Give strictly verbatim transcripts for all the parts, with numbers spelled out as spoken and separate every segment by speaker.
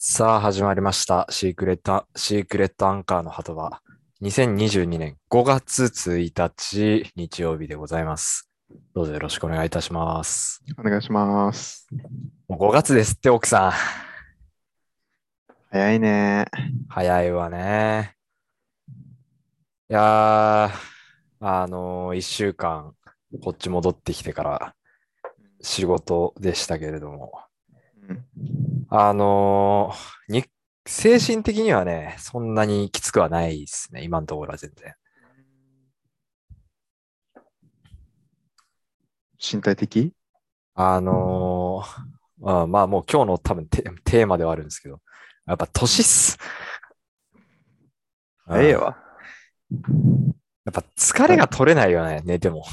Speaker 1: さあ始まりました。シークレット、シークレットアンカーの鳩場。にせんにじゅうにねんごがつついたち日曜日でございます。どうぞよろしくお願いいたします。
Speaker 2: お願いします。
Speaker 1: もうごがつですって奥さん。
Speaker 2: 早いね。
Speaker 1: 早いわね。いやー、あのー、いっしゅうかんこっち戻ってきてから仕事でしたけれども。
Speaker 2: うん。
Speaker 1: あのー、に、精神的にはね、そんなにきつくはないですね。今のところは全然。
Speaker 2: 身体的。
Speaker 1: あのーあまあもう今日の多分テ、テーマではあるんですけど、やっぱ
Speaker 2: うん。
Speaker 1: 年っす。うん。や
Speaker 2: 早いわ。
Speaker 1: っぱ疲れ
Speaker 2: だ
Speaker 1: が取れないよね、寝ても。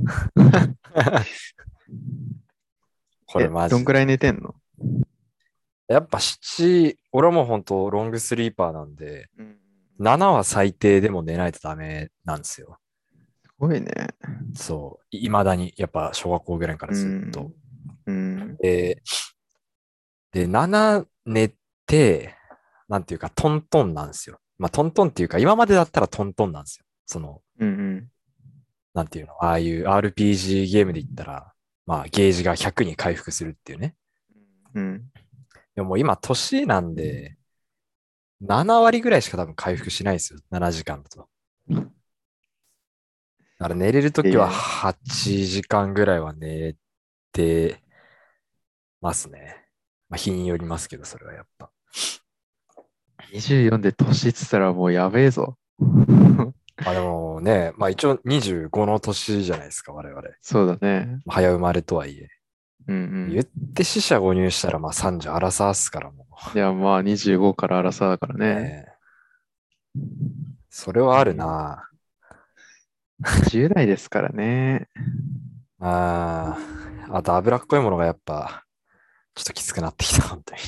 Speaker 1: これ
Speaker 2: え、
Speaker 1: マジで。
Speaker 2: どんくらい寝てんの？
Speaker 1: やっぱなな、俺はもう本当ロングスリーパーなんで、
Speaker 2: うん。
Speaker 1: ななは最低でも寝ないとダメなんですよ。
Speaker 2: すごいね。
Speaker 1: そう。い未だに、やっぱ小学校ぐらいから
Speaker 2: う
Speaker 1: ずっと。
Speaker 2: ん。うん。
Speaker 1: で、で、なな寝て、なんていうかトントンなんですよ。まあトントンっていうか、今までだったらトントンなんですよ。その、
Speaker 2: うん。
Speaker 1: なんていうの、ああいう アールピージー ゲームで言ったら、まあ、ゲージがひゃくに回復するっていうね。
Speaker 2: うん。
Speaker 1: でももう今、年なんで、なな割ぐらいしか多分回復しないですよ。ななじかんだと。だから寝れるときは
Speaker 2: いやいや、
Speaker 1: はちじかんぐらいは寝てますね。まあ、日によりますけど、それはやっぱ。
Speaker 2: にじゅうよんで年っつったらもうやべえぞ。
Speaker 1: まあでもね、まあ一応にじゅうごの年じゃないですか、我々。
Speaker 2: そうだね。
Speaker 1: 早生まれとはいえ。
Speaker 2: うん
Speaker 1: 言って死者誤入したらまあさんじゅう荒さっすからも
Speaker 2: うん。いや、まあにじゅうごから荒さだから
Speaker 1: う。
Speaker 2: ね。
Speaker 1: ねえ。それはある
Speaker 2: に
Speaker 1: な。
Speaker 2: にじゅう代ですからね。
Speaker 1: ああ、あと脂っこいものがやっぱ、ちょっときつくなってきた、本当に。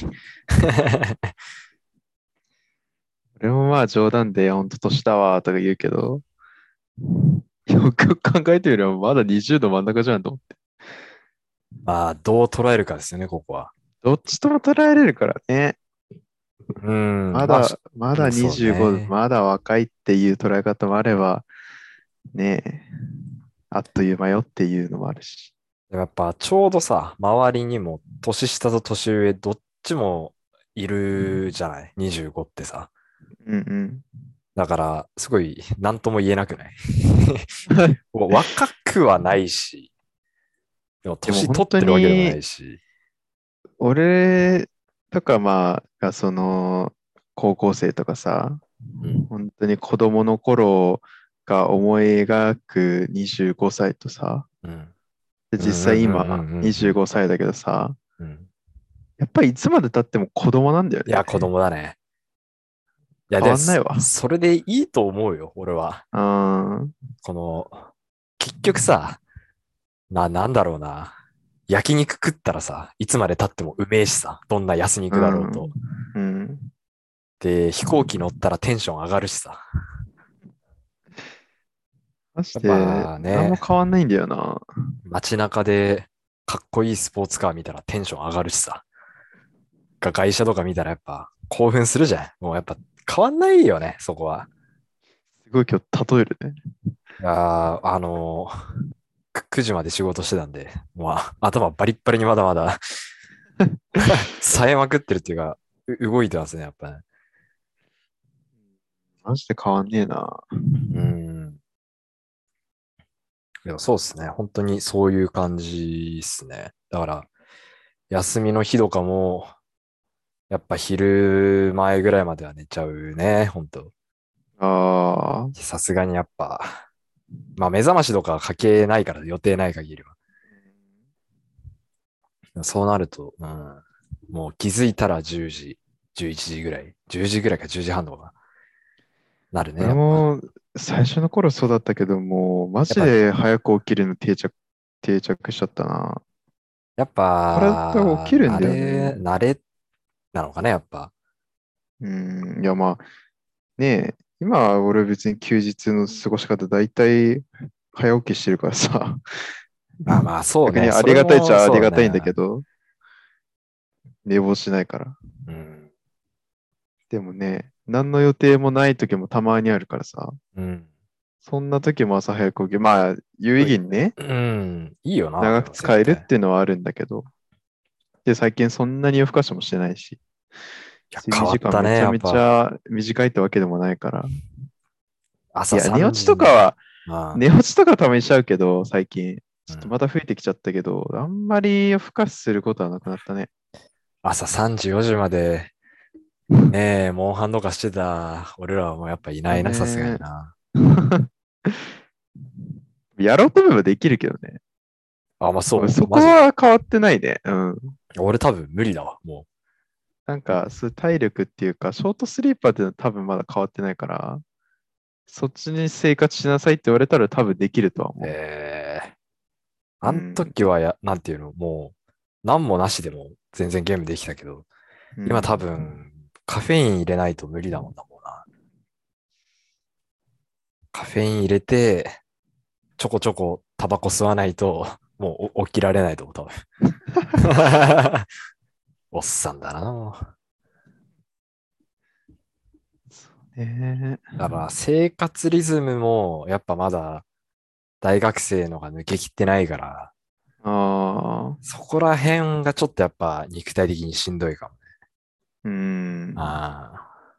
Speaker 2: 俺もまあ冗談でほんと年だわとか言うけど、よくよく考えてみればまだにじゅうど真ん中じゃんと思って。
Speaker 1: まあ、どう捉えるかですよね、ここは。
Speaker 2: どっちとも捉えれるからね。
Speaker 1: うん、まあ、し
Speaker 2: まだ、まだ
Speaker 1: そう
Speaker 2: にじゅうご、
Speaker 1: ね。
Speaker 2: まだ若いっていう捉え方もあれば、ねえ、あっという間よっていうのもあるし。
Speaker 1: でもやっぱ、ちょうどさ、周りにも、年下と年上、どっちもいるじゃない？ にじゅうご ってさ。
Speaker 2: うんうん。
Speaker 1: だから、すごい、なんとも言えなくない？若くはないし、でも
Speaker 2: でも
Speaker 1: 年取っ
Speaker 2: 本当
Speaker 1: てるわけでもな
Speaker 2: に、
Speaker 1: いし。
Speaker 2: 俺とかまあ、がその、高校生とかさ、
Speaker 1: うん。
Speaker 2: 本当に子供の頃が思い描くにじゅうごさいとさ、
Speaker 1: うん。
Speaker 2: で
Speaker 1: うんう
Speaker 2: 実際今
Speaker 1: んうんうんうん
Speaker 2: にじゅうごさいだけどさ、
Speaker 1: うん。うん。
Speaker 2: やっぱりいつまで経っても子供なんだよ
Speaker 1: いや、子
Speaker 2: ね。
Speaker 1: 供だね。いや、
Speaker 2: 変
Speaker 1: で、そ
Speaker 2: わんないわ。
Speaker 1: それでいいと思うよ、俺は。
Speaker 2: うーん。
Speaker 1: この、結局さ、な、なんだろうな。焼肉食ったらさ、いつまで経ってもうめえしさ、どんな安
Speaker 2: う
Speaker 1: 肉だろうと。
Speaker 2: ん。うん。
Speaker 1: で、飛行機乗ったらテンション上がるしさ。
Speaker 2: まし
Speaker 1: やっ
Speaker 2: て、
Speaker 1: ぱね、
Speaker 2: 何も変わんないんだよな。
Speaker 1: 街中でかっこいいスポーツカー見たらテンション上がるしさ。が外車とか見たらやっぱ興奮するじゃん。もうやっぱ変わんないよね、そこは。
Speaker 2: すごい今日例えるね。
Speaker 1: いやー、あのーくくじまで仕事してたんで、まあ、頭バリッバリにまだまだ冴えまくってるっていうか、う動いてますね、やっぱね。
Speaker 2: マジで変わんねえな。
Speaker 1: うん。でもそうですね。本当にそういう感じですね。だから、休みの日とかも、やっぱ昼前ぐらいまでは寝ちゃうね、本当。
Speaker 2: ああ。
Speaker 1: さすがにやっぱ、まあ目覚ましとかかけないから、予定ない限りは。そうなると、うん、もう気づいたらじゅうじ、じゅういちじぐらい、じゅうじぐらいかじゅうじはんとかなるね、やっぱ。
Speaker 2: 俺も最初の頃そうだったけども、マ
Speaker 1: やっぱ、
Speaker 2: ジで早く起きるの定着、定着しちゃったな。
Speaker 1: やっ
Speaker 2: 体起
Speaker 1: ぱ、
Speaker 2: きるんだよ
Speaker 1: 慣れ、
Speaker 2: ね。
Speaker 1: 慣れなのかね、やっぱ。
Speaker 2: うん。いやまあ、ねえ、今は俺別に休日の過ごし方大体早起きしてるからさ、
Speaker 1: まあまあ、そうね。
Speaker 2: 逆にあ
Speaker 1: それ
Speaker 2: りがたいっち
Speaker 1: も、そう
Speaker 2: ゃありがたいんだけ
Speaker 1: ね。
Speaker 2: ど、寝坊しないから。
Speaker 1: うん。
Speaker 2: でもね、何の予定もない時もたまにあるからさ、
Speaker 1: うん。
Speaker 2: そんな時も朝早く起きる。まあ、有意義にね、
Speaker 1: うん、いいよな、でも
Speaker 2: 長く使えるっ
Speaker 1: 絶対。
Speaker 2: ていうのはあるんだけど、で、最近そんなに夜更かしもしてないし、
Speaker 1: いや、変
Speaker 2: 睡眠時
Speaker 1: わったね、
Speaker 2: 間めちゃめち
Speaker 1: やっぱ。
Speaker 2: ゃ短いってわけでもないから。い
Speaker 1: 朝
Speaker 2: や、寝
Speaker 1: 3
Speaker 2: 落ちとか
Speaker 1: 時。
Speaker 2: は、
Speaker 1: ま
Speaker 2: 寝落ちとかためにしちゃうけど、最近。ちょ
Speaker 1: あ、うん。
Speaker 2: っとまた増えてきちゃったけど、あんまり夜更かしすることはなくなったね。
Speaker 1: 朝さんじ、よじまで、ねえ、モンハンとかしてた、俺らはもうやっぱいな
Speaker 2: だ
Speaker 1: いな、さすがに
Speaker 2: ね。
Speaker 1: な。
Speaker 2: やろうと思えばできるけどね。
Speaker 1: あ、まあそう、
Speaker 2: そこ
Speaker 1: マジで。
Speaker 2: は変わってないね。うん。
Speaker 1: 俺多分無理だわ、も
Speaker 2: なんか、そういう体力っていうか、ショートスリーパーっていうのは多分まだ変わってないから、そっちに生活しなさいって言われたら多分できるとは
Speaker 1: う。
Speaker 2: 思
Speaker 1: ええ、
Speaker 2: う。う
Speaker 1: あん
Speaker 2: ん。
Speaker 1: 時はや、なんていうの、もう、何もなしでも全然ゲームできたけど、今多
Speaker 2: うん。
Speaker 1: 分、カフェイン入れないと無理だもんな、もうな。カフェイン入れて、ちょこちょこタバコ吸わないと、もうお起きられないと思う、多分。おっさんだな。
Speaker 2: そうね。
Speaker 1: だから生活リズムもやっぱまだ大学生のが抜けきってないから、
Speaker 2: ああ、
Speaker 1: そこら辺がちょっとやっぱ肉体的にしんどいかもね。
Speaker 2: うん。
Speaker 1: ああ。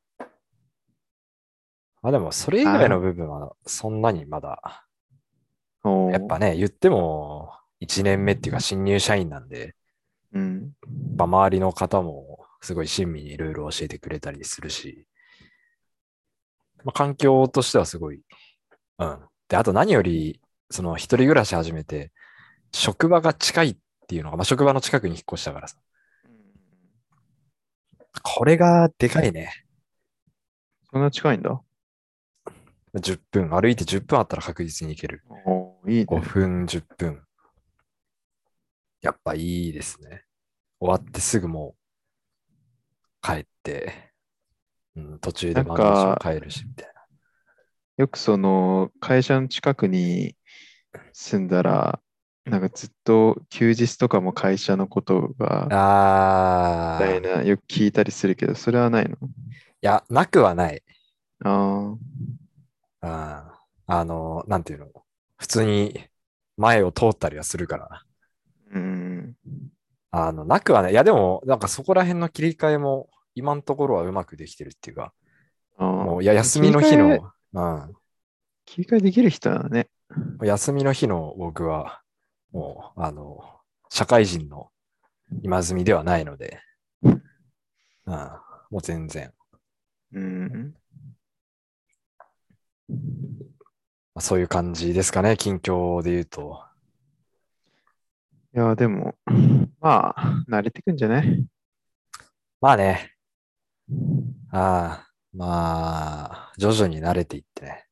Speaker 1: まあでもそれ以外
Speaker 2: あ、
Speaker 1: の部分はそんなにまだ、やっ
Speaker 2: おー、
Speaker 1: ぱね、言ってもいちねんめっていうか新入社員なんで、やっ
Speaker 2: うん。
Speaker 1: ぱ周りの方もすごい親身にいろいろ教えてくれたりするし、まあ、環境としてはすごい。うん。で、あと何より、その一人暮らし始めて、職場が近いっていうのが、まあ、職場の近くに引っ越したからさ。これがでかいね。
Speaker 2: そんな近いんだ。
Speaker 1: じゅっぷん。歩いてじゅっぷんあったら確実に行ける。
Speaker 2: おー、いいね。
Speaker 1: ごふん、じゅっぷん。やっぱいいですね。終わってすぐもう帰って、うん、途中で
Speaker 2: なん
Speaker 1: バンドショー
Speaker 2: か、
Speaker 1: 帰るし、みたい
Speaker 2: よくその、会社の近くに住んだら、なんかずっと休日とかも会社のことが、
Speaker 1: な。
Speaker 2: みたい
Speaker 1: あー、
Speaker 2: な、よく聞いたりするけど、それはないの？
Speaker 1: いや、なくはない。
Speaker 2: ああ、
Speaker 1: あー、あの、なんていうの。普通に前を通ったりはするから。
Speaker 2: うん。
Speaker 1: あの、なくはない。いや、でも、なんかそこら辺の切り替えも今のところはうまくできてるっていうか、
Speaker 2: あ
Speaker 1: もう、いや、
Speaker 2: あ、
Speaker 1: 休み
Speaker 2: 切り替え、
Speaker 1: の日の、うん、
Speaker 2: 切り替えできる人なのね。
Speaker 1: 休みの日の僕は、もう、あの、社会人の今済みではないので、うん、もう全然。
Speaker 2: うん。
Speaker 1: まあそういう感じですかね、近況で言うと。
Speaker 2: いや、でも、まあ、慣れてくんじゃない？
Speaker 1: まあね、ああ、まあ、徐々に慣れていってね。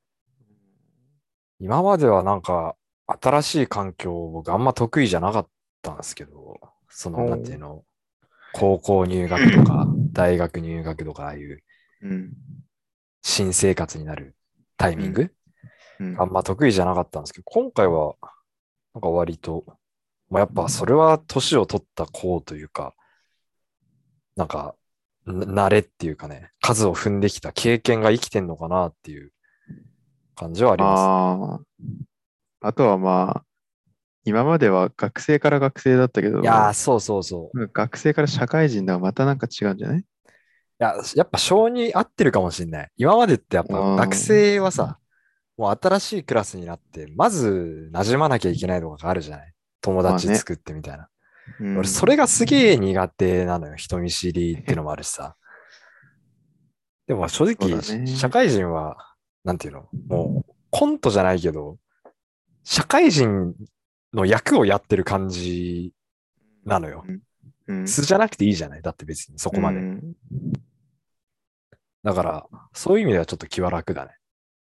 Speaker 1: 今まではなんか、新しい環境、僕あんま得意じゃなかったんですけど、その、なんていう
Speaker 2: おう。
Speaker 1: の、高校入学とか、大学入学とか、ああいう
Speaker 2: うん。
Speaker 1: 新生活になるタイ
Speaker 2: うん。
Speaker 1: ミング、
Speaker 2: うん。
Speaker 1: あんま得意じゃなかったんですけど、今回は、なんか割と、まあ、やっぱそれは年を取った子というか、なんか、な慣れっていうかね、数を踏んできた経験が生きてんのかなっていう感じはあります。
Speaker 2: ああ、あとはまあ、今までは学生から学生だったけ
Speaker 1: いやー、
Speaker 2: ど、
Speaker 1: そうそうそう。
Speaker 2: 学生から社会人だはまたなんか違うんじゃない？
Speaker 1: いや、やっぱ性に合ってるかもしれない。今までってやっぱ学
Speaker 2: ああ、
Speaker 1: 生はさ、もう新しいクラスになって、まず馴染まなきゃいけないとかがあるじゃない。友
Speaker 2: まあね。
Speaker 1: 達作ってみたいな。俺、そ
Speaker 2: うん。
Speaker 1: れがすげえ苦手なのよ。人見知りっていうのもあるしさ。でも正
Speaker 2: そうだ
Speaker 1: 直、社
Speaker 2: ね。
Speaker 1: 会人は、なんていうの、もうコントじゃないけど、社会人の役をやってる感じなのよ。
Speaker 2: うん。うん。
Speaker 1: 素じゃなくていいじゃない。だって別にそ
Speaker 2: う
Speaker 1: こまで。
Speaker 2: ん。
Speaker 1: だから、そういう意味ではちょっと気は楽だね。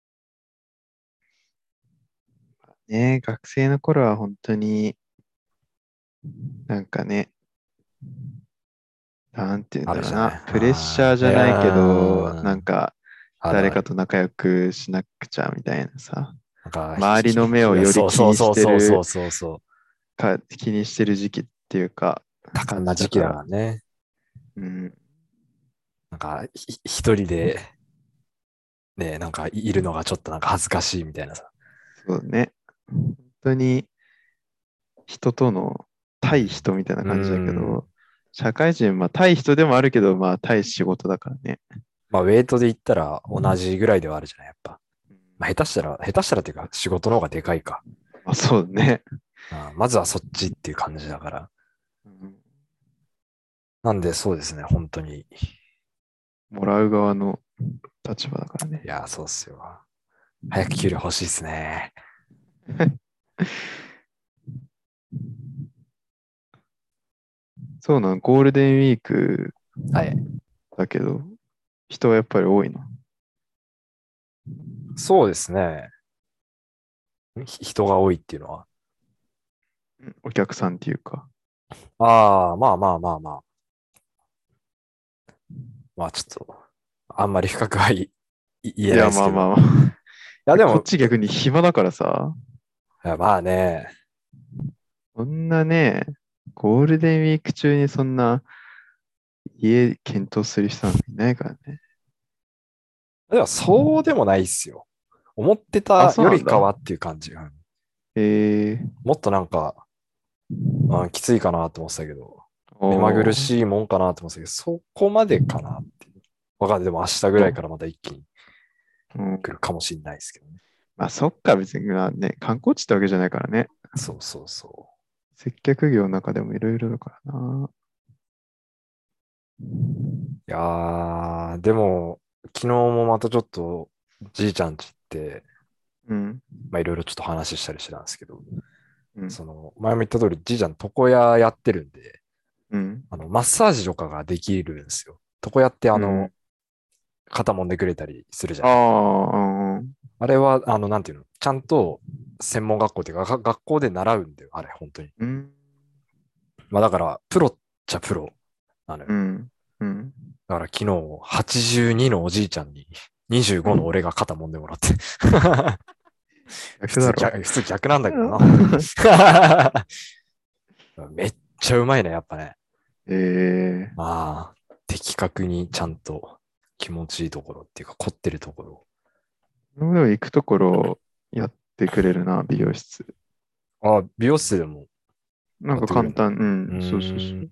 Speaker 2: ね、学生の頃は本当になんかね、なんて言うんだろうな、
Speaker 1: あるじゃない。
Speaker 2: プレッシャー
Speaker 1: あーい
Speaker 2: じゃないけど、
Speaker 1: やー、
Speaker 2: なんか
Speaker 1: あるある。
Speaker 2: 誰かと仲良くしなくちゃみたいなさ、
Speaker 1: なんか、
Speaker 2: 周りの目
Speaker 1: いや、
Speaker 2: をより
Speaker 1: そうそう
Speaker 2: 気にし
Speaker 1: そうそうそう
Speaker 2: てる
Speaker 1: そうそう。
Speaker 2: か、気にしてる時期っていうか、
Speaker 1: 多感
Speaker 2: 感
Speaker 1: な時期だか
Speaker 2: じだから、
Speaker 1: らね。
Speaker 2: うん。
Speaker 1: なんか、ひ一人で、ね、なんかいるのがちょっとなんか恥ずかしいみたいなさ。
Speaker 2: そうね。本当に人との対
Speaker 1: うん。
Speaker 2: 人みたいな
Speaker 1: う
Speaker 2: 感じだけ
Speaker 1: ん。
Speaker 2: ど、社会人、まあ対人でもあるけど、まあ対仕事だからね。
Speaker 1: まあ、ウェイトで言ったら同じぐらいではあるじゃない、やっぱ。
Speaker 2: うん、
Speaker 1: まあ、下手したら、下手したらっていうか、仕事の方がでかいか。
Speaker 2: まあそうね。
Speaker 1: あまずはそっちっていう感じだから。
Speaker 2: うん、
Speaker 1: なんで、そうですね、本当に。い
Speaker 2: もらう側の立場だからね。
Speaker 1: や、そうっすよ。早く給料欲しいっすね。
Speaker 2: そうなの、ゴールデンウィーク
Speaker 1: はい。
Speaker 2: だけど、人はやっぱり多いの。
Speaker 1: そうですね。ひ人が多いっていうのは。
Speaker 2: うん、お客さんっていうか。
Speaker 1: ああ、まあまあまあまあ。まあちょっと、あんまり深くはい、い言えない
Speaker 2: いや、
Speaker 1: ですけど。
Speaker 2: まあまあま
Speaker 1: いや、
Speaker 2: あ。
Speaker 1: でも、
Speaker 2: こっち逆に暇だからさ、
Speaker 1: いやまあね。
Speaker 2: そんなね、ゴールデンウィーク中にそんな家検討する人なんかいないからね。
Speaker 1: でも、そうでもないっすよ。思って
Speaker 2: あ、
Speaker 1: たよ
Speaker 2: そうなんだ。
Speaker 1: りかはっていう感じ。うん
Speaker 2: えー、
Speaker 1: もっとなんか、うん、きついかなと思ってたけど、目まぐる
Speaker 2: おー、
Speaker 1: しいもんかなと思ってたけど、そこまでかなっていう。わかんない。でも明日ぐらいからまた一気に
Speaker 2: うん、
Speaker 1: 来るかもしれないですけどね。
Speaker 2: まあそっか、別にまあね、観光地ってわけじゃないからね。
Speaker 1: そうそうそ
Speaker 2: 接客業の中でもいろいろだからな。
Speaker 1: う。いやー、でも、昨日もまたちょっと、じいちゃんち行って、
Speaker 2: うん、
Speaker 1: まあいろいろちょっと話したりしてたんですけど、
Speaker 2: うん、
Speaker 1: その、前も言った通り、じいちゃん床屋やってるんで、
Speaker 2: うん、
Speaker 1: あの、マッサージとかができるんですよ。床屋ってあ
Speaker 2: うん。
Speaker 1: の、肩揉んでくれたりするじゃ
Speaker 2: あ
Speaker 1: ない。
Speaker 2: あ、うん、
Speaker 1: あれは、あの、なんていうの、ちゃんと専門学校っていうか、が学校で習うんだよ、あれ、本当に。
Speaker 2: うん、
Speaker 1: まあだから、プロっちゃプロなのよ。
Speaker 2: うん、うん。
Speaker 1: だから昨日、はちじゅうにのおじいちゃんに、にじゅうごの俺が肩揉んでもらって。普通逆、
Speaker 2: 逆だろ。
Speaker 1: 普通逆なんだけどな、本当に。
Speaker 2: うん
Speaker 1: めっちゃうまいね、やっぱね。
Speaker 2: ええ
Speaker 1: まあ、的確にちゃんと気持ちいいところっていうか、凝ってるところ。
Speaker 2: でも行くところやってくれるな、美容室。
Speaker 1: あ、美容室でも
Speaker 2: なん
Speaker 1: やってくれるんだ。
Speaker 2: か簡単、う
Speaker 1: う
Speaker 2: ん、そうそうそ
Speaker 1: ーん、
Speaker 2: う。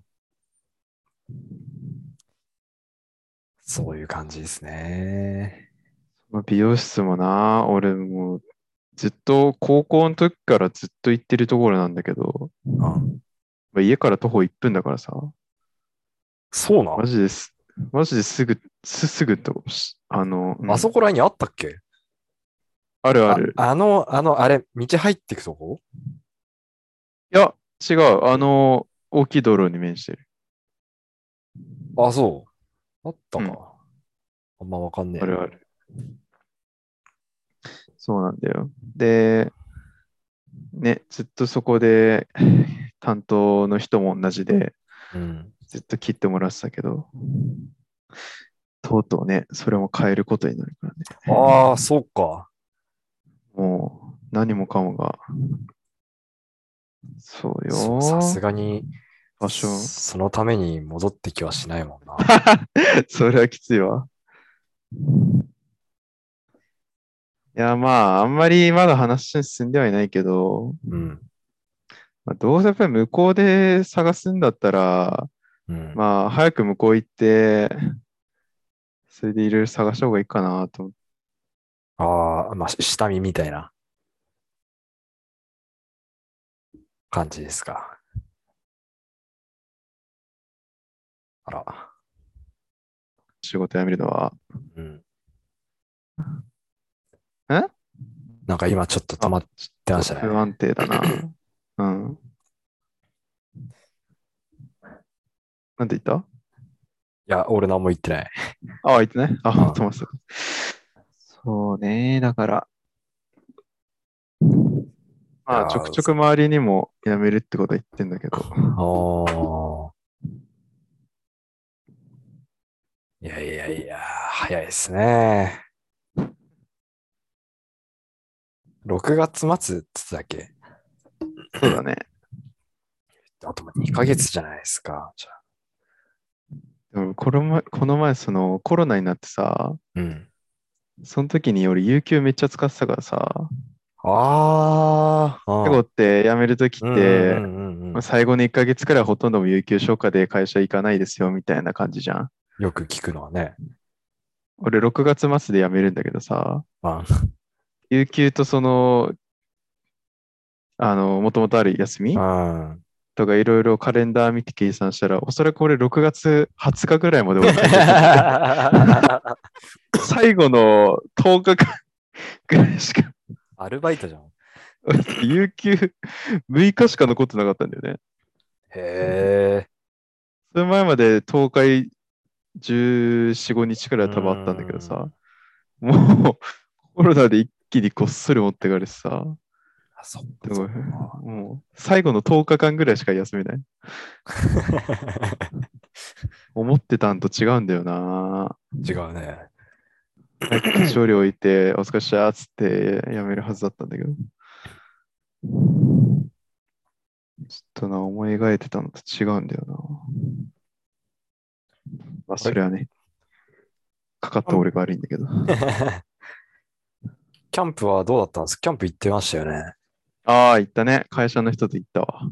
Speaker 1: そういう感じですね。
Speaker 2: まあ美容室もな、俺もずっと高校の時からずっと行ってるところなんだけど、
Speaker 1: うん。
Speaker 2: まあ、家から徒歩いっぷんだからさ、
Speaker 1: そうなん。
Speaker 2: マジです、マジですぐ、す、すぐと、しあの、う
Speaker 1: あそ
Speaker 2: ん、
Speaker 1: こらにあったっけ？あ、
Speaker 2: あるある。
Speaker 1: あの、あの、あれ、道入ってくとこ？
Speaker 2: いや、違う、あの、大きい道路に面してる。
Speaker 1: あ、そう。あった
Speaker 2: うん、
Speaker 1: か。あんまわかんねえな。
Speaker 2: あるある。そうなんだよ。で、ね、ずっとそこで担当の人も同じで、
Speaker 1: うん。
Speaker 2: ずっと切ってもらってたけど、とうとうね、それも変えることになるからね。
Speaker 1: ああ、そうか。
Speaker 2: もう、何もかもが、そう
Speaker 1: そう、さす
Speaker 2: よ。
Speaker 1: がに、
Speaker 2: 場所。
Speaker 1: そのために戻ってきはしないもんな。
Speaker 2: それはきついわ。いや、まあ、あんまりまだ話進んではいないけど、
Speaker 1: うん。
Speaker 2: まあ、どうせやっぱり向こうで探すんだったら、
Speaker 1: うん。
Speaker 2: まあ、早く向こう行って、それでいろいろ探した方がいいかなと思って。
Speaker 1: ああ、まあ、下見みたいな感じですか。あら。
Speaker 2: 仕事辞めるのは。
Speaker 1: うん。
Speaker 2: ん
Speaker 1: なんか今ちょっと止
Speaker 2: あ、
Speaker 1: まっ
Speaker 2: ち
Speaker 1: てま
Speaker 2: ょっと
Speaker 1: したね。
Speaker 2: 不安定だな。うん。なんて言った？
Speaker 1: いや、俺何も言ってない。
Speaker 2: あ、言ってね。あ、ト
Speaker 1: うん。
Speaker 2: マス。そうね。だから、
Speaker 1: いや
Speaker 2: まあ、ちょくちょく
Speaker 1: ー、
Speaker 2: 周りにも辞めるってことは言ってんだけど。
Speaker 1: おー。いやいやいや、早いですね。ろくがつ末って言ってたっけ？
Speaker 2: そうだね。
Speaker 1: あともにかげつじゃないですか。じゃあ
Speaker 2: でもこの前、この前そのコロナになってさ、
Speaker 1: うん。
Speaker 2: その時に俺有給めっちゃ使ってたからさ、
Speaker 1: ああ、
Speaker 2: 最後って辞める時っ
Speaker 1: うんうんう
Speaker 2: て、
Speaker 1: んうんうん。
Speaker 2: まあ最後のいっかげつくらいほとんども有給消化で会社行かないですよみたいな感じじゃん。
Speaker 1: よく聞くのはね。
Speaker 2: 俺ろくがつ末で辞めるんだけどさ、
Speaker 1: あ、
Speaker 2: 有給とその、あの、もともとある休
Speaker 1: う
Speaker 2: み
Speaker 1: ん。
Speaker 2: とかいろいろカレンダー見て計算したら、おそらく俺ろくがつはつかぐらいまで俺会社行くんだよ。最後のとおかかんぐらいしか、
Speaker 1: アルバイトじゃん。
Speaker 2: 有給むいかしか残ってなかったんだよね。
Speaker 1: へえ。
Speaker 2: その前までとおかじゅうよん、ごにちくら
Speaker 1: う
Speaker 2: い多分あったんだけど
Speaker 1: ん。
Speaker 2: さ、もうコロナで一気にこっそり持ってかれてさ、
Speaker 1: あ、そっか
Speaker 2: でも
Speaker 1: そっか。
Speaker 2: もう最後のとおかかんぐらいしか休めない。思ってたんと違うんだよな。
Speaker 1: 違うね。
Speaker 2: 早く勝利置いて、お疲れっしたっつって辞めるはずだったんだけど。ちょっとな、思い描いてたのと違うんだよな。まあ、
Speaker 1: あれ
Speaker 2: それはね、かかっ
Speaker 1: キャン
Speaker 2: た俺が悪いんだけど。
Speaker 1: キャンプはどうだったんですか？キャンプ行ってましたよね。
Speaker 2: ああ、行ったね。会社の人と行ったわ。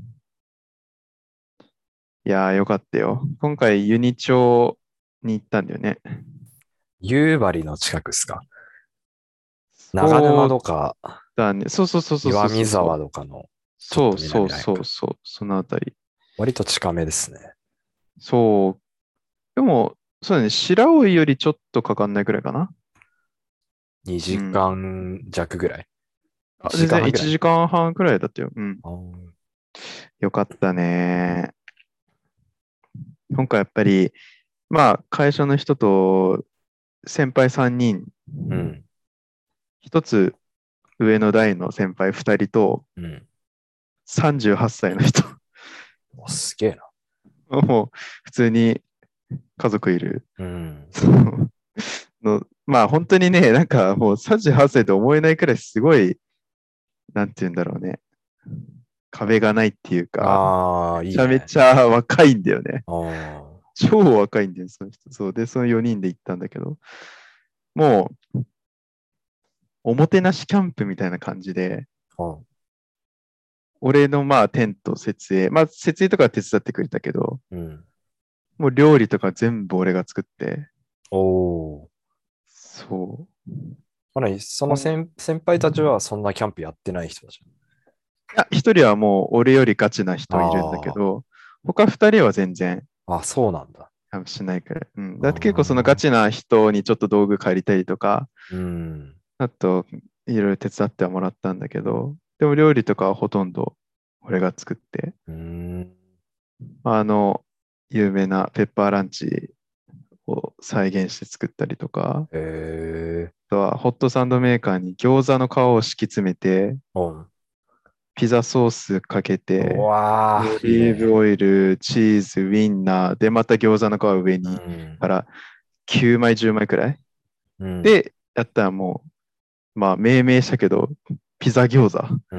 Speaker 2: いやー、よかったよ。今回、ユニ町に行ったんだよね。
Speaker 1: 夕張の近くですか？長沼
Speaker 2: そう
Speaker 1: とか
Speaker 2: だね。そうそうそうそうそ
Speaker 1: 岩見
Speaker 2: うそうそう。
Speaker 1: 沢とかのちょっと
Speaker 2: そうそう
Speaker 1: 南らへんか。
Speaker 2: そうそう。そのあたり。
Speaker 1: 割と近めですね。
Speaker 2: そう。でも、そうだね。白老よりちょっとかかんないくらいかな。う
Speaker 1: 2
Speaker 2: ん。
Speaker 1: 時間弱ぐらい。
Speaker 2: あ、
Speaker 1: 1
Speaker 2: 全然1
Speaker 1: 時間半ぐらい。
Speaker 2: 時間半くらいだったよ。うん。
Speaker 1: あー
Speaker 2: よかったね。今回やっぱり、まあ、会社の人と先輩さんにん、
Speaker 1: うん。
Speaker 2: 一つ上の代の先輩ふたりと
Speaker 1: うん。
Speaker 2: さんじゅうはっさいの人、
Speaker 1: お、すげえな。
Speaker 2: もう普通に家族いる。
Speaker 1: うん。
Speaker 2: そののまあ本当にね、なんかもうさんじゅうはっさいと思えないくらいすごい、なんて言うんだろうね。壁がないっていうか、
Speaker 1: ああ、
Speaker 2: めちゃめ
Speaker 1: いいね。
Speaker 2: ちゃ若いんだよね。
Speaker 1: ああ。
Speaker 2: 超若いんだよ、その人。そう。で、そのよにんで行ったんだけど、もう、おもてなしキャンプみたいな感じで、
Speaker 1: あ、
Speaker 2: 俺のまあテント設営、まあ設営とかは手伝ってくれたけど、
Speaker 1: うん。
Speaker 2: もう料理とか全部俺が作って、
Speaker 1: おお。
Speaker 2: そう。
Speaker 1: あら、その
Speaker 2: こんい
Speaker 1: 先、先輩たちはそんなキャンプやってない人たち。
Speaker 2: や、一人はもう俺よりガチな人いるんだけ
Speaker 1: あ
Speaker 2: ど、他二人は全然
Speaker 1: あ。あ、そうなんだ。
Speaker 2: キャンプしないから。うん。
Speaker 1: う
Speaker 2: だって結構そのガ
Speaker 1: ん。
Speaker 2: チな人にちょっと道具借りたりとか、
Speaker 1: うん。
Speaker 2: あといろいろ手伝ってはもらったんだけど、でも料理とかはほとんど俺が作って、
Speaker 1: うん。
Speaker 2: あの、有名なペッパーランチを再現して作ったりとか、
Speaker 1: へえ。
Speaker 2: あとはホットサンドメーカーに餃子の皮を敷き詰めて、
Speaker 1: うん。
Speaker 2: ピザソースかけ
Speaker 1: う
Speaker 2: て、
Speaker 1: わあ、
Speaker 2: オ
Speaker 1: いいね。
Speaker 2: リーブオイル、チーズ、ウインナー、で、また餃子の皮上
Speaker 1: う
Speaker 2: に、
Speaker 1: ん。
Speaker 2: からきゅうまい、じゅうまいくらい。
Speaker 1: うん。
Speaker 2: で、やったらもう、まあ、命名したけど、ピザ餃子み
Speaker 1: うん。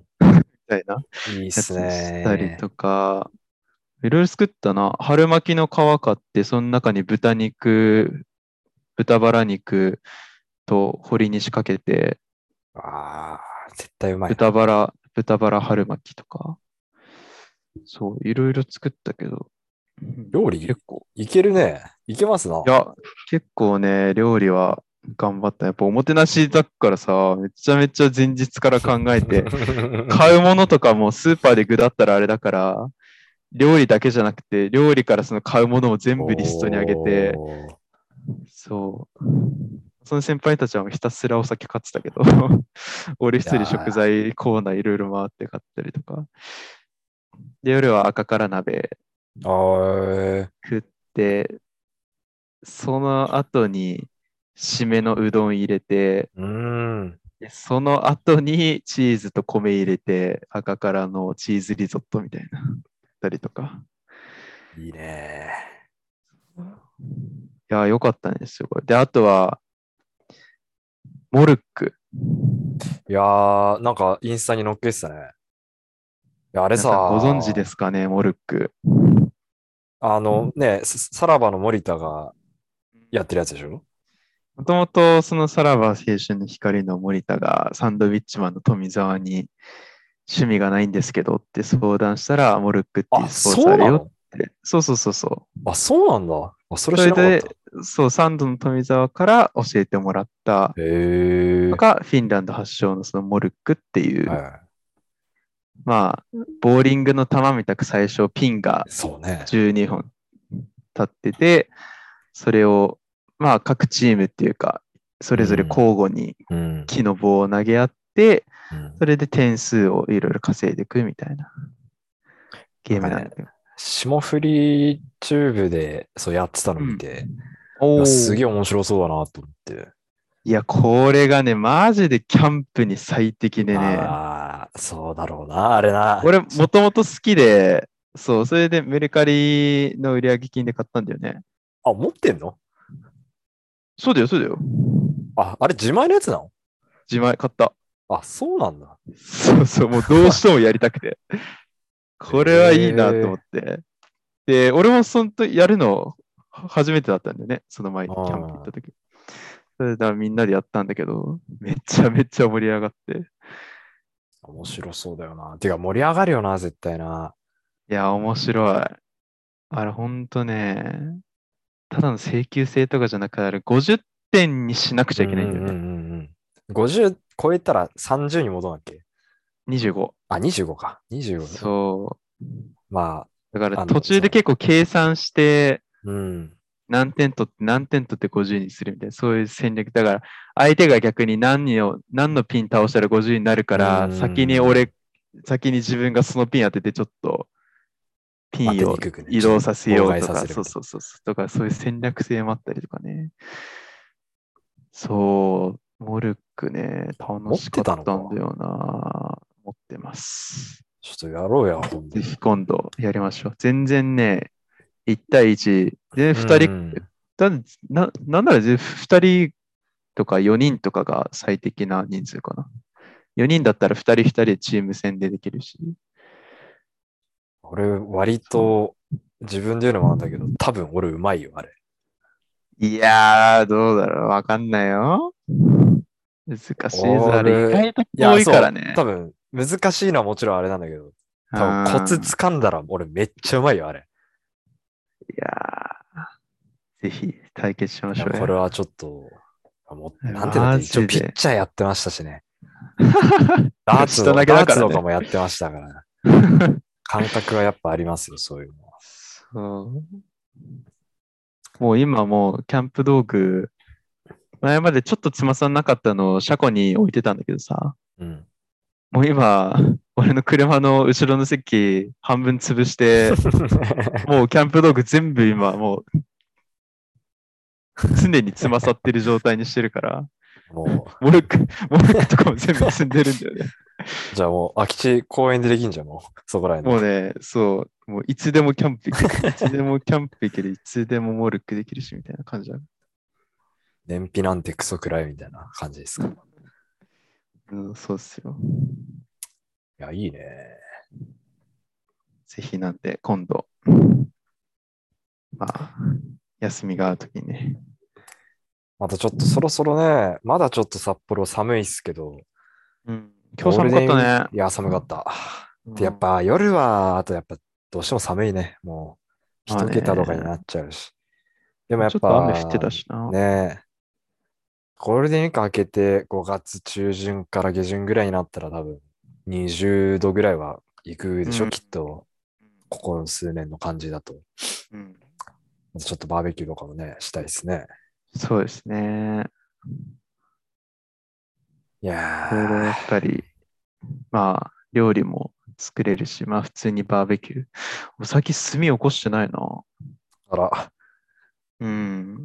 Speaker 2: たいな
Speaker 1: いいっす
Speaker 2: やつにしたり
Speaker 1: ね。
Speaker 2: とか、いろいろ作ったな。春巻きの皮買って、その中に豚肉、豚バラ肉と鶏に仕掛けて、
Speaker 1: ああ、絶対うまいな。
Speaker 2: 豚バラ、豚バラ春巻きとか、そう、いろいろ作ったけど、うん
Speaker 1: 料理、
Speaker 2: 結構、
Speaker 1: いけるね。いけますな。
Speaker 2: いや、結構ね、料理は頑張った。やっぱおもてなしだからさ、めちゃめちゃ前日から考えて、買うものとかもスーパーで具だったらあれだから、料理だけじゃなくて、料理からその買うものも全部リストに上げて、
Speaker 1: おー。
Speaker 2: そう。その先輩たちはひたすらお酒買ってたけど、俺
Speaker 1: い
Speaker 2: 一人食
Speaker 1: や
Speaker 2: 材コーナーいろいろ回って買ったりとか。で、夜は赤から鍋
Speaker 1: ー、あー、
Speaker 2: 食って、その後に締めのうどん入れて、
Speaker 1: うーん、
Speaker 2: でその後にチーズと米入れて、赤からのチーズリゾットみたいな、たりとか。
Speaker 1: いいね。
Speaker 2: いや、よかったね、すごい。で、あとは、モルック。
Speaker 1: いやー、なんかインスタに載っけてたね。いや、あれ
Speaker 2: 皆さんご存知で
Speaker 1: さ、
Speaker 2: すかね、モルック。
Speaker 1: あのね、ささらばの森田がやってるやつでしょ？
Speaker 2: もともとそのさらば青春の光の森田がサンドウィッチマンの富澤に趣味がないんですけどって相談したら、モルックっていう
Speaker 1: あ、
Speaker 2: スポーツあるよっ
Speaker 1: そうなの？
Speaker 2: て。そうそうそうそう。
Speaker 1: あ、そうなんだ。あ、それ
Speaker 2: それ
Speaker 1: 知らなかった。
Speaker 2: で、そう、サンドの富澤から教えてもらった
Speaker 1: へえ。
Speaker 2: のが、フィンランド発祥のそのモルックっていう、
Speaker 1: は
Speaker 2: まあ、ボーリングの球みたく最初ピンが
Speaker 1: い。そうね。
Speaker 2: じゅうにほん立ってて、それを、まあ、各チームっていうか、それぞれ
Speaker 1: うん。
Speaker 2: 交互に
Speaker 1: うん。
Speaker 2: 木の棒を投げ合って、
Speaker 1: うん。
Speaker 2: それで点数をいろいろ稼いでいくみたいなゲ
Speaker 1: なんかね、
Speaker 2: ームなんだよ。
Speaker 1: 霜降りチューブでそうやってたの
Speaker 2: うん。
Speaker 1: 見て、いや、
Speaker 2: おお。
Speaker 1: すげえ面白そうだなと思って。
Speaker 2: いや、これがね、マジでキャンプに最適でね、
Speaker 1: ああ、そうだろうな、あれな。
Speaker 2: 俺もともと好きで、そう、それでメルカリの売上金で買ったんだよね。
Speaker 1: あ、持ってんの？
Speaker 2: そうだよ、そうだよ。
Speaker 1: あ、あれ自前のやつなの？
Speaker 2: 自前買った。
Speaker 1: あ、そうなんだ。
Speaker 2: そうそう、もうどうしてもやりたくて。これはいいなと思っ
Speaker 1: ええ
Speaker 2: て。で、俺もその時やるの初めてだったんだよね。その前にキャンプ行った
Speaker 1: ー。
Speaker 2: 時。それでみんなでやったんだけど、めちゃめちゃ盛り上がって。
Speaker 1: 面白そうだよな。てか盛り上がるよな、絶対な。
Speaker 2: いや、面白い。あれ、ほんとね、ただの請求制とかじゃなくて、あれごじゅってんにしなくちゃいけ
Speaker 1: うんうんうんう
Speaker 2: ないんだよね。
Speaker 1: んうん。ごじゅう超えたらさんじゅうに戻んなっけ？
Speaker 2: にじゅうご。
Speaker 1: あ、にじゅうごか。にじゅうご。
Speaker 2: そう。
Speaker 1: ま
Speaker 2: だから
Speaker 1: あ、あの、
Speaker 2: 途中で
Speaker 1: そ
Speaker 2: 結構計算して、
Speaker 1: う。うん。
Speaker 2: 何点取って何点取ってごじゅうにするみたいな、そういう戦略。だから、相手が逆に何を、何のピン倒したらごじゅうになるか
Speaker 1: う
Speaker 2: ら、先に
Speaker 1: ん。
Speaker 2: 俺、先に自分がそのピン当てて、ちょっと
Speaker 1: 当
Speaker 2: ピンを
Speaker 1: てにくくね、ちょっと
Speaker 2: 移動させ
Speaker 1: 妨害
Speaker 2: ようとか、
Speaker 1: させるみたい
Speaker 2: そうそうそうそう、とか、そういう戦略性もあったりとかね。そう、モルックね、
Speaker 1: な。持って
Speaker 2: 楽しかっ
Speaker 1: たのか。
Speaker 2: たんだよな。持ってます。
Speaker 1: ちょっとやろうや、今度。
Speaker 2: ぜひ今度やりましょう。全然ね、いち対いち、で、
Speaker 1: う
Speaker 2: ふたり、
Speaker 1: ん。
Speaker 2: だな、なんならふたりとかよにんとかが最適な人数かな。よにんだったらふたりふたりでチーム戦でできるし。
Speaker 1: 俺、割
Speaker 2: そ
Speaker 1: と自分で言うのもなんだけど、多分俺うまいよ、あれ。
Speaker 2: う。いやー、どうだろう。わかんないよ。難しいぞ。あれ、意
Speaker 1: 俺、
Speaker 2: 外と
Speaker 1: いや、
Speaker 2: 遠いから
Speaker 1: そう、
Speaker 2: ね。
Speaker 1: 多分難しいのはもちろんあれなんだけど、
Speaker 2: う
Speaker 1: 多分コツ
Speaker 2: ん。
Speaker 1: 掴んだら俺めっちゃうまいよ、あれ。
Speaker 2: いやー、ぜひ対決しま
Speaker 1: いや、
Speaker 2: しょうや。
Speaker 1: これはちょっと、あもうなんていうんだっ
Speaker 2: マ
Speaker 1: け、一応ピッ
Speaker 2: ジで。
Speaker 1: チャーやってましたしね。ダーツ
Speaker 2: 下
Speaker 1: の、
Speaker 2: 投げだからね。
Speaker 1: ダーツとかもやってましたから、感覚はやっぱありますよ、そういうのは。
Speaker 2: そう。もう今もうキャンプ道具、前までちょっとつまさんなかったのを車庫に置いてたんだけどさ、
Speaker 1: うん。
Speaker 2: もう今、俺の車の後ろの席半分潰して、もうキャンプ道具全部今もう常につまさってる状態にしてるから、
Speaker 1: も
Speaker 2: モルック、モルックとかも全部積んでるんだよね。
Speaker 1: う、じゃあもう空き地公園でできんじゃん、もう、そこら辺で。
Speaker 2: もうね、そう、もういつでもキャンプ行ける。いつでもキャンプ行ける。いつでもモルックできるし、みたいな感じだ。
Speaker 1: 燃費なんてクソくらいみたいな感じですか？い
Speaker 2: うん、そうっすよ。
Speaker 1: や、いいね。
Speaker 2: ぜひなんで、今度、まあ、休みがあるときにね。
Speaker 1: またちょっとそろそろね、まだちょっと札幌寒いっすけど、
Speaker 2: うん。今日寒かっ
Speaker 1: ゴールデンウィーク、
Speaker 2: たね。
Speaker 1: いや、寒かった。で、やっ
Speaker 2: うん。
Speaker 1: ぱ夜は、あとやっぱどうしても寒いね。もう、
Speaker 2: まあ
Speaker 1: 一桁とかに
Speaker 2: ね、
Speaker 1: なっちゃうし。でもやっ
Speaker 2: ちょっと雨降って
Speaker 1: ぱ、
Speaker 2: たしな。
Speaker 1: ね、ゴールデンウィーク明けてごがつ中旬から下旬ぐらいになったら多分にじゅうどぐらいは行くでしょ、
Speaker 2: うん。
Speaker 1: きっと。ここ数年の感じだと。
Speaker 2: うん。
Speaker 1: ちょっとバーベキューとかもね、したいですね。
Speaker 2: そうですね。
Speaker 1: いや
Speaker 2: いろいろやっぱり、まあ、料理も作れるし、まあ普通にバーベキュー。お酒炭起こしてないな。
Speaker 1: ー、あら、
Speaker 2: うん。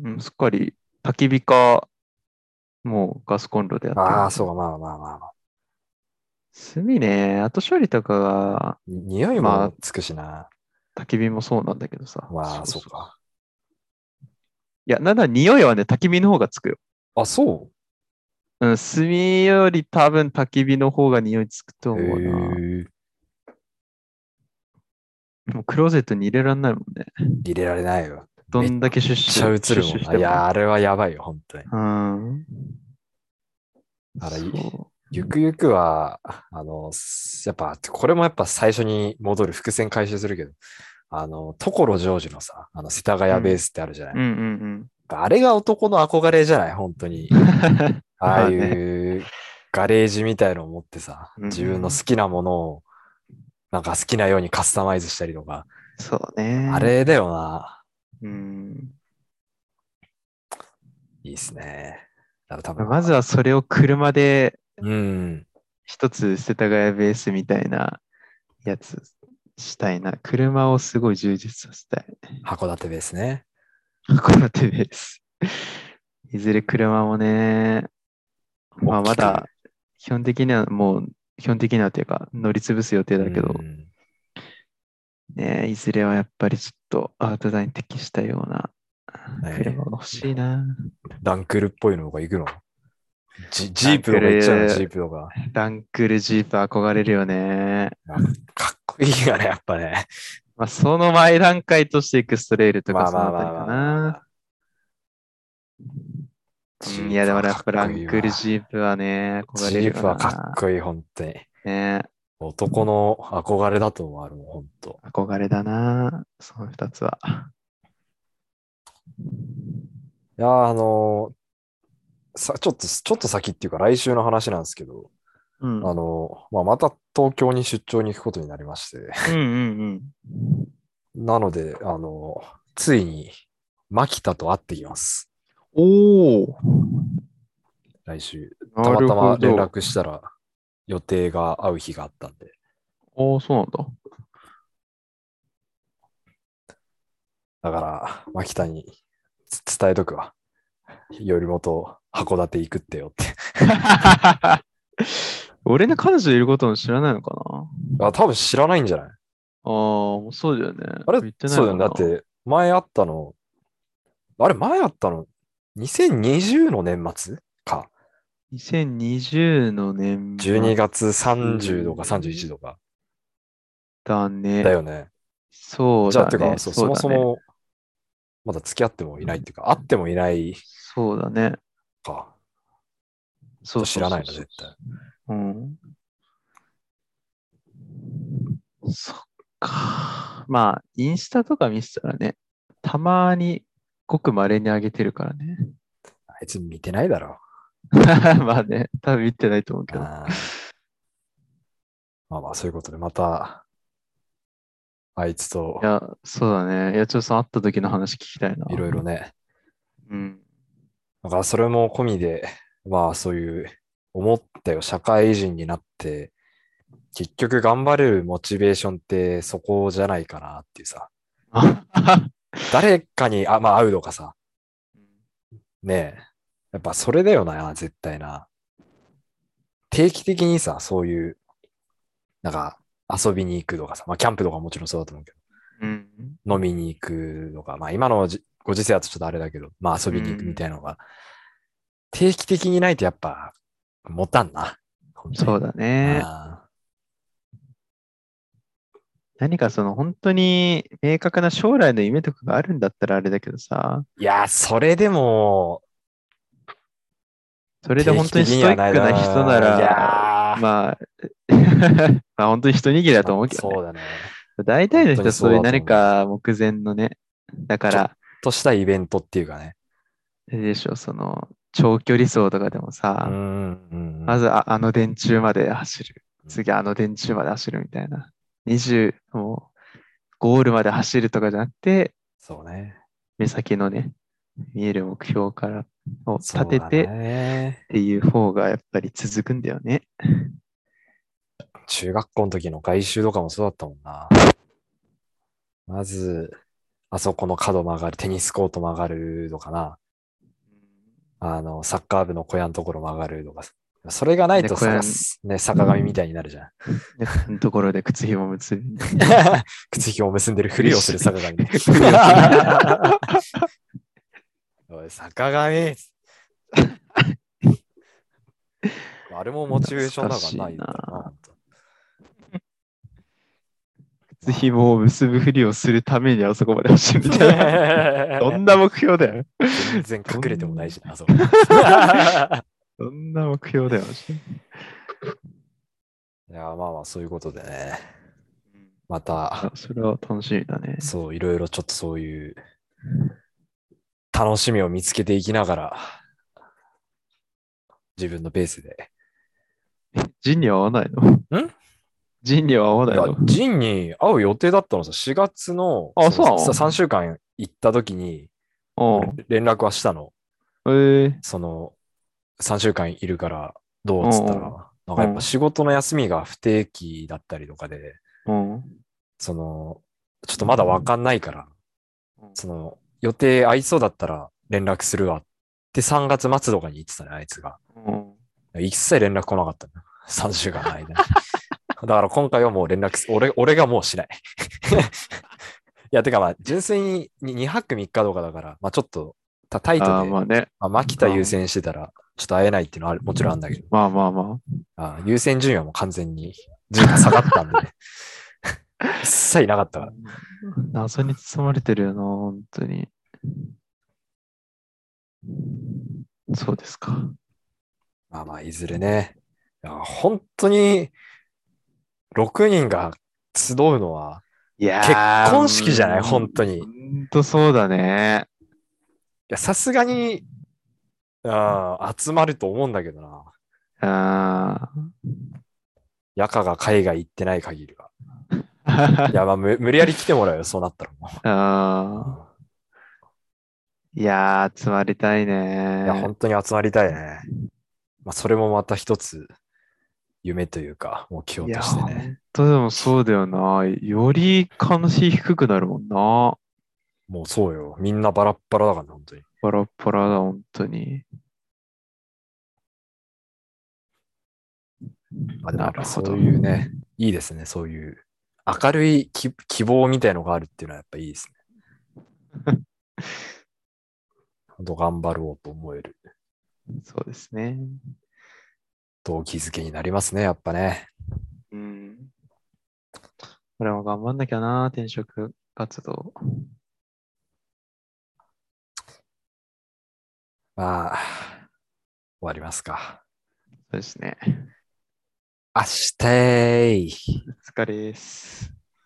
Speaker 2: うんすっかり焚き火か、もうガスコンロでやってる
Speaker 1: ああ、
Speaker 2: みたいな。
Speaker 1: そうか、まあまあまあまあ。
Speaker 2: 炭ね、後処理とかが、
Speaker 1: に匂い
Speaker 2: まあ、
Speaker 1: もつくしな。
Speaker 2: 焚き火もそうなんだけどさ。
Speaker 1: まあ、
Speaker 2: そうそうそう。
Speaker 1: そうか。
Speaker 2: いや、なんだ、匂いはね、焚き火の方がつくよ。
Speaker 1: あ、そ
Speaker 2: うん、炭より多分焚き火の方が匂いつくと
Speaker 1: う。へ
Speaker 2: 思うな。
Speaker 1: え。
Speaker 2: もうクローゼットに入れられないもんね。
Speaker 1: 入れられないよ。
Speaker 2: ど
Speaker 1: めっ
Speaker 2: んだけシュッシュ、
Speaker 1: ちゃ映
Speaker 2: シュッ
Speaker 1: るもんな。い
Speaker 2: シュしても。
Speaker 1: や、あれはやばいよ、本当に。
Speaker 2: うん。
Speaker 1: あら、い
Speaker 2: そ
Speaker 1: ゆくゆくは、あの、やっぱ、これもやっぱ最初に戻る、伏線回収するけど、あの、所ジョージのさ、あの、世田
Speaker 2: う。うん。
Speaker 1: 谷ベースってあるじゃない。
Speaker 2: うんうん
Speaker 1: あれが男の憧れじゃない本当に。
Speaker 2: うん。
Speaker 1: ああい
Speaker 2: まあね。
Speaker 1: うガレージみたいのを持ってさ、
Speaker 2: うんう
Speaker 1: 自分の
Speaker 2: ん。
Speaker 1: 好きなものをなんか好きなようにカスタマイズしたりとか、
Speaker 2: そうね。
Speaker 1: あれだよな。
Speaker 2: うん。
Speaker 1: いいっすね。だから多分、
Speaker 2: まずはそれを車で
Speaker 1: うん、
Speaker 2: 一つ世田谷ベースみたいなやつしたいな。車をすごい充実させたい。
Speaker 1: 函館ベースね。
Speaker 2: 函館ベース。いずれ車もね、まあま
Speaker 1: 大きく。
Speaker 2: だ基本的にはもう、基本的にはというか乗り潰す予定
Speaker 1: う
Speaker 2: だけど、
Speaker 1: ん、
Speaker 2: ね、いずれはやっぱりちょっとアウトドアに適したような車
Speaker 1: ね、
Speaker 2: が欲しいな。
Speaker 1: ランクルっぽいのが行くのジ、ジープ
Speaker 2: ランク
Speaker 1: とか行っちゃうの、ジー
Speaker 2: ル、
Speaker 1: プとか。
Speaker 2: ランクルジープ憧れるよね。
Speaker 1: あかっこいいよね、やっぱね。
Speaker 2: まあ、その前段階としてエクストレイルとか
Speaker 1: まあ
Speaker 2: そのあたりか
Speaker 1: まあまあまあまあま
Speaker 2: な。
Speaker 1: あ。
Speaker 2: うん、いや、で
Speaker 1: ジープは
Speaker 2: もやっぱラ
Speaker 1: かっこ
Speaker 2: ンクル
Speaker 1: いいわ。
Speaker 2: ジープはね、憧れるよ
Speaker 1: ジープはかっ
Speaker 2: な。
Speaker 1: こいい、本当に。
Speaker 2: ね、
Speaker 1: 男の憧れだと思う、あるもん、本当。
Speaker 2: 憧れだな。その二つは。
Speaker 1: いやー、あのーさ、ちょっと、ちょっと先っていうか来週の話なんですけど、あ
Speaker 2: うん。
Speaker 1: のーまあ、また東京に出張に行くことになりまして、
Speaker 2: うんうん
Speaker 1: なので、あのーついに、牧田と会ってきます。
Speaker 2: うん。おお、
Speaker 1: 来週。た
Speaker 2: なる
Speaker 1: またま連
Speaker 2: ほど。
Speaker 1: 絡したら予定が合う日があったんで。
Speaker 2: ああ、そうなんだ。
Speaker 1: だから、牧田につ伝えとくわ。よりもと函館行くってよって。
Speaker 2: 俺の彼女いることも知らないのかな。
Speaker 1: あ、多分知らないんじゃない？
Speaker 2: ああ、もうそうだよね。
Speaker 1: あれ
Speaker 2: 言ってな
Speaker 1: そうだよね。だ
Speaker 2: いもんな。
Speaker 1: って、前あったの、あれ前あったの、にせんにじゅうの年末か。
Speaker 2: にせんにじゅうの年
Speaker 1: 12
Speaker 2: 末
Speaker 1: 月さんじゅうとかさんじゅういちとか。
Speaker 2: だね。
Speaker 1: だよね。じゃあ、
Speaker 2: そうだね。
Speaker 1: てか、そう、そ
Speaker 2: そうだね。
Speaker 1: もそも、まだ付き合ってもいないっていうか、会ってもいない
Speaker 2: そうだね。
Speaker 1: か。じ
Speaker 2: そうそう
Speaker 1: ゃあ知らないの、
Speaker 2: そうそう。
Speaker 1: 絶対。
Speaker 2: うん。そっか。まあ、インスタとか見せたらね、たまにごく稀に上げてるからね。
Speaker 1: あいつ見てないだろ
Speaker 2: まあね、多分見てないと思う
Speaker 1: う。
Speaker 2: けど。
Speaker 1: あまあまあ、そういうことで、また、あいつと
Speaker 2: いや、そうだね。いや、ちょっとその会った時の話聞きたいな。
Speaker 1: いろいろね、
Speaker 2: うん。
Speaker 1: だからそれも込みで、まあそういう思ったよ、社会人になって、結局頑張れるモチベーションってそこじゃないかなっていうさ、誰かに、あ、まあ会うとかさ、ねえ、やっぱそれだよな、絶対な。定期的にさ、そういう、なんか遊びに行くとかさ、まあキャンプとかもちろんそうだと思うけ
Speaker 2: うん。
Speaker 1: ど、飲みに行くとか、まあ今のじご時世だとちょっとあれだけど、まあ遊
Speaker 2: う
Speaker 1: びに行くみたい
Speaker 2: ん。
Speaker 1: なのが、定期的にないとやっぱ、持たんな。本当に。
Speaker 2: そうだね。
Speaker 1: ああ。
Speaker 2: 何かその本当に明確な将来の夢とかがあるんだったらあれだけどさ、
Speaker 1: いや、それでも、
Speaker 2: それで
Speaker 1: 定期
Speaker 2: 本当にストイッ
Speaker 1: 的にはない
Speaker 2: クな人な
Speaker 1: な。い
Speaker 2: ら、
Speaker 1: やー、
Speaker 2: まあ、まあ本当に一握りだと
Speaker 1: まあ、
Speaker 2: 思うけどね。
Speaker 1: そうだね。
Speaker 2: 大体の人は
Speaker 1: 本当にそう
Speaker 2: そういう何
Speaker 1: だと思う。
Speaker 2: か目前のね、だか
Speaker 1: ちょっ
Speaker 2: ら、
Speaker 1: としたイベントっていうかね。
Speaker 2: あれでしょ、その、長距離走とかでも
Speaker 1: うーん、
Speaker 2: さ、
Speaker 1: うんうん。
Speaker 2: まずあ、あの電柱まで走る。次あの電柱まで走るみたいな。にじゅう、もう、ゴールまで走るとかじゃなくて、
Speaker 1: そうね。
Speaker 2: 目先のね、見える目標からを
Speaker 1: そうだ
Speaker 2: 立てて
Speaker 1: ね。
Speaker 2: っていう方がやっぱり続くんだよね。
Speaker 1: 中学校の時の外周とかもそうだったもんな。まず、あそこの角曲がる、テニスコート曲がるとかな。あの、サッカー部の小屋のところ曲がるとか。それがない
Speaker 2: で、
Speaker 1: とさ、
Speaker 2: 小屋の
Speaker 1: ね、坂上みたいになるじゃん。
Speaker 2: ねところで靴紐結びね。
Speaker 1: 靴ひを結んでるふりをす
Speaker 2: ふりし、
Speaker 1: る坂上ね。
Speaker 2: ふりをする。
Speaker 1: おい、坂上あれもモチベーション
Speaker 2: 懐か
Speaker 1: だからな、
Speaker 2: しい
Speaker 1: 言ったらな、
Speaker 2: な。
Speaker 1: 本当。
Speaker 2: 靴紐を結ぶふりをするためにあそこまで走るみたいな。どんな目標だよ。
Speaker 1: 全然隠れてもないしな、そう。
Speaker 2: どんな目標だよ、マジで。
Speaker 1: いや、まあまあ、そういうことでね。ま
Speaker 2: い
Speaker 1: た
Speaker 2: や、、それは楽しみだね。
Speaker 1: そう、いろいろちょっとそういう楽しみを見つけていきながら、自分のペースで。
Speaker 2: ジンには合わないの？
Speaker 1: ん
Speaker 2: ジンには合わ
Speaker 1: いや、
Speaker 2: ないの？
Speaker 1: ジンに会う予定だったのさ、しがつの、
Speaker 2: あ、
Speaker 1: その
Speaker 2: そ
Speaker 1: ささんしゅうかん行った時に、
Speaker 2: うなの？
Speaker 1: 連絡はしたの。
Speaker 2: うん。え
Speaker 1: その、さんしゅうかんいるからどうっつった
Speaker 2: ー、
Speaker 1: ら、なんかやっぱ
Speaker 2: うん、
Speaker 1: 仕事の休みが不定期だったりとかで、
Speaker 2: うん、うん。
Speaker 1: その、ちょっとまだわかんないから、その、予定合いそうだったら連絡するわってさんがつ末とかに言ってたね、あいつが。
Speaker 2: うん。
Speaker 1: 一切連絡来なかったの。さんしゅうかんの間に。だから今回はもう連絡す、俺、俺がもうしない。いや、てかまあ、純粋ににはくみっかとかだから、まあちょっとタタイト
Speaker 2: ああ、
Speaker 1: で、
Speaker 2: まあね。
Speaker 1: まあ、牧田優先してたら、ちょっと会えないっていうのはあるもちろんあるんだけど、
Speaker 2: まあまあま
Speaker 1: あ優先順位はもう完全に順位が下がったんで、ね、一切なかったか
Speaker 2: あ。
Speaker 1: ら。
Speaker 2: 謎に包まれてるよな、本当に。そうですか。
Speaker 1: まあまあ、いずれね。いや本当にろくにんが集うのは
Speaker 2: い
Speaker 1: 結
Speaker 2: やー、う
Speaker 1: 婚式じゃない
Speaker 2: ーん、
Speaker 1: 本当に。い
Speaker 2: ほんとそうだね。
Speaker 1: や、さすがに、あ集まると思うんだけどな。
Speaker 2: あ
Speaker 1: ヤカが海外行ってない限りは。い
Speaker 2: ー
Speaker 1: や、まあ、無無理やり来てもらうよ、そうなったらも
Speaker 2: あ
Speaker 1: う。
Speaker 2: ー、いやー、集まりたい
Speaker 1: いや、
Speaker 2: ね。
Speaker 1: 本当に集まりたいね。まあ、それもまた一つ夢というか、目標と
Speaker 2: いや、
Speaker 1: してね。
Speaker 2: ほんとでもそうだよな。より関心低くなるもんな。
Speaker 1: もうそうよ。みんなバラッバラだからね、本当に。
Speaker 2: パラッパラだ、本当に。
Speaker 1: まあ、でもやっぱそう
Speaker 2: なるほど。
Speaker 1: いうね、いいですね。そういう明るい希希望みたいのがあるっていうのはやっぱいいですね。本当頑張ろうと思える
Speaker 2: そうですね。
Speaker 1: 動機づけになりますね、やっぱね。
Speaker 2: うん。俺も頑張んなきゃな、転職活動。
Speaker 1: まあ、終わりますか。
Speaker 2: そうですね。
Speaker 1: 明日ー
Speaker 2: お疲れです。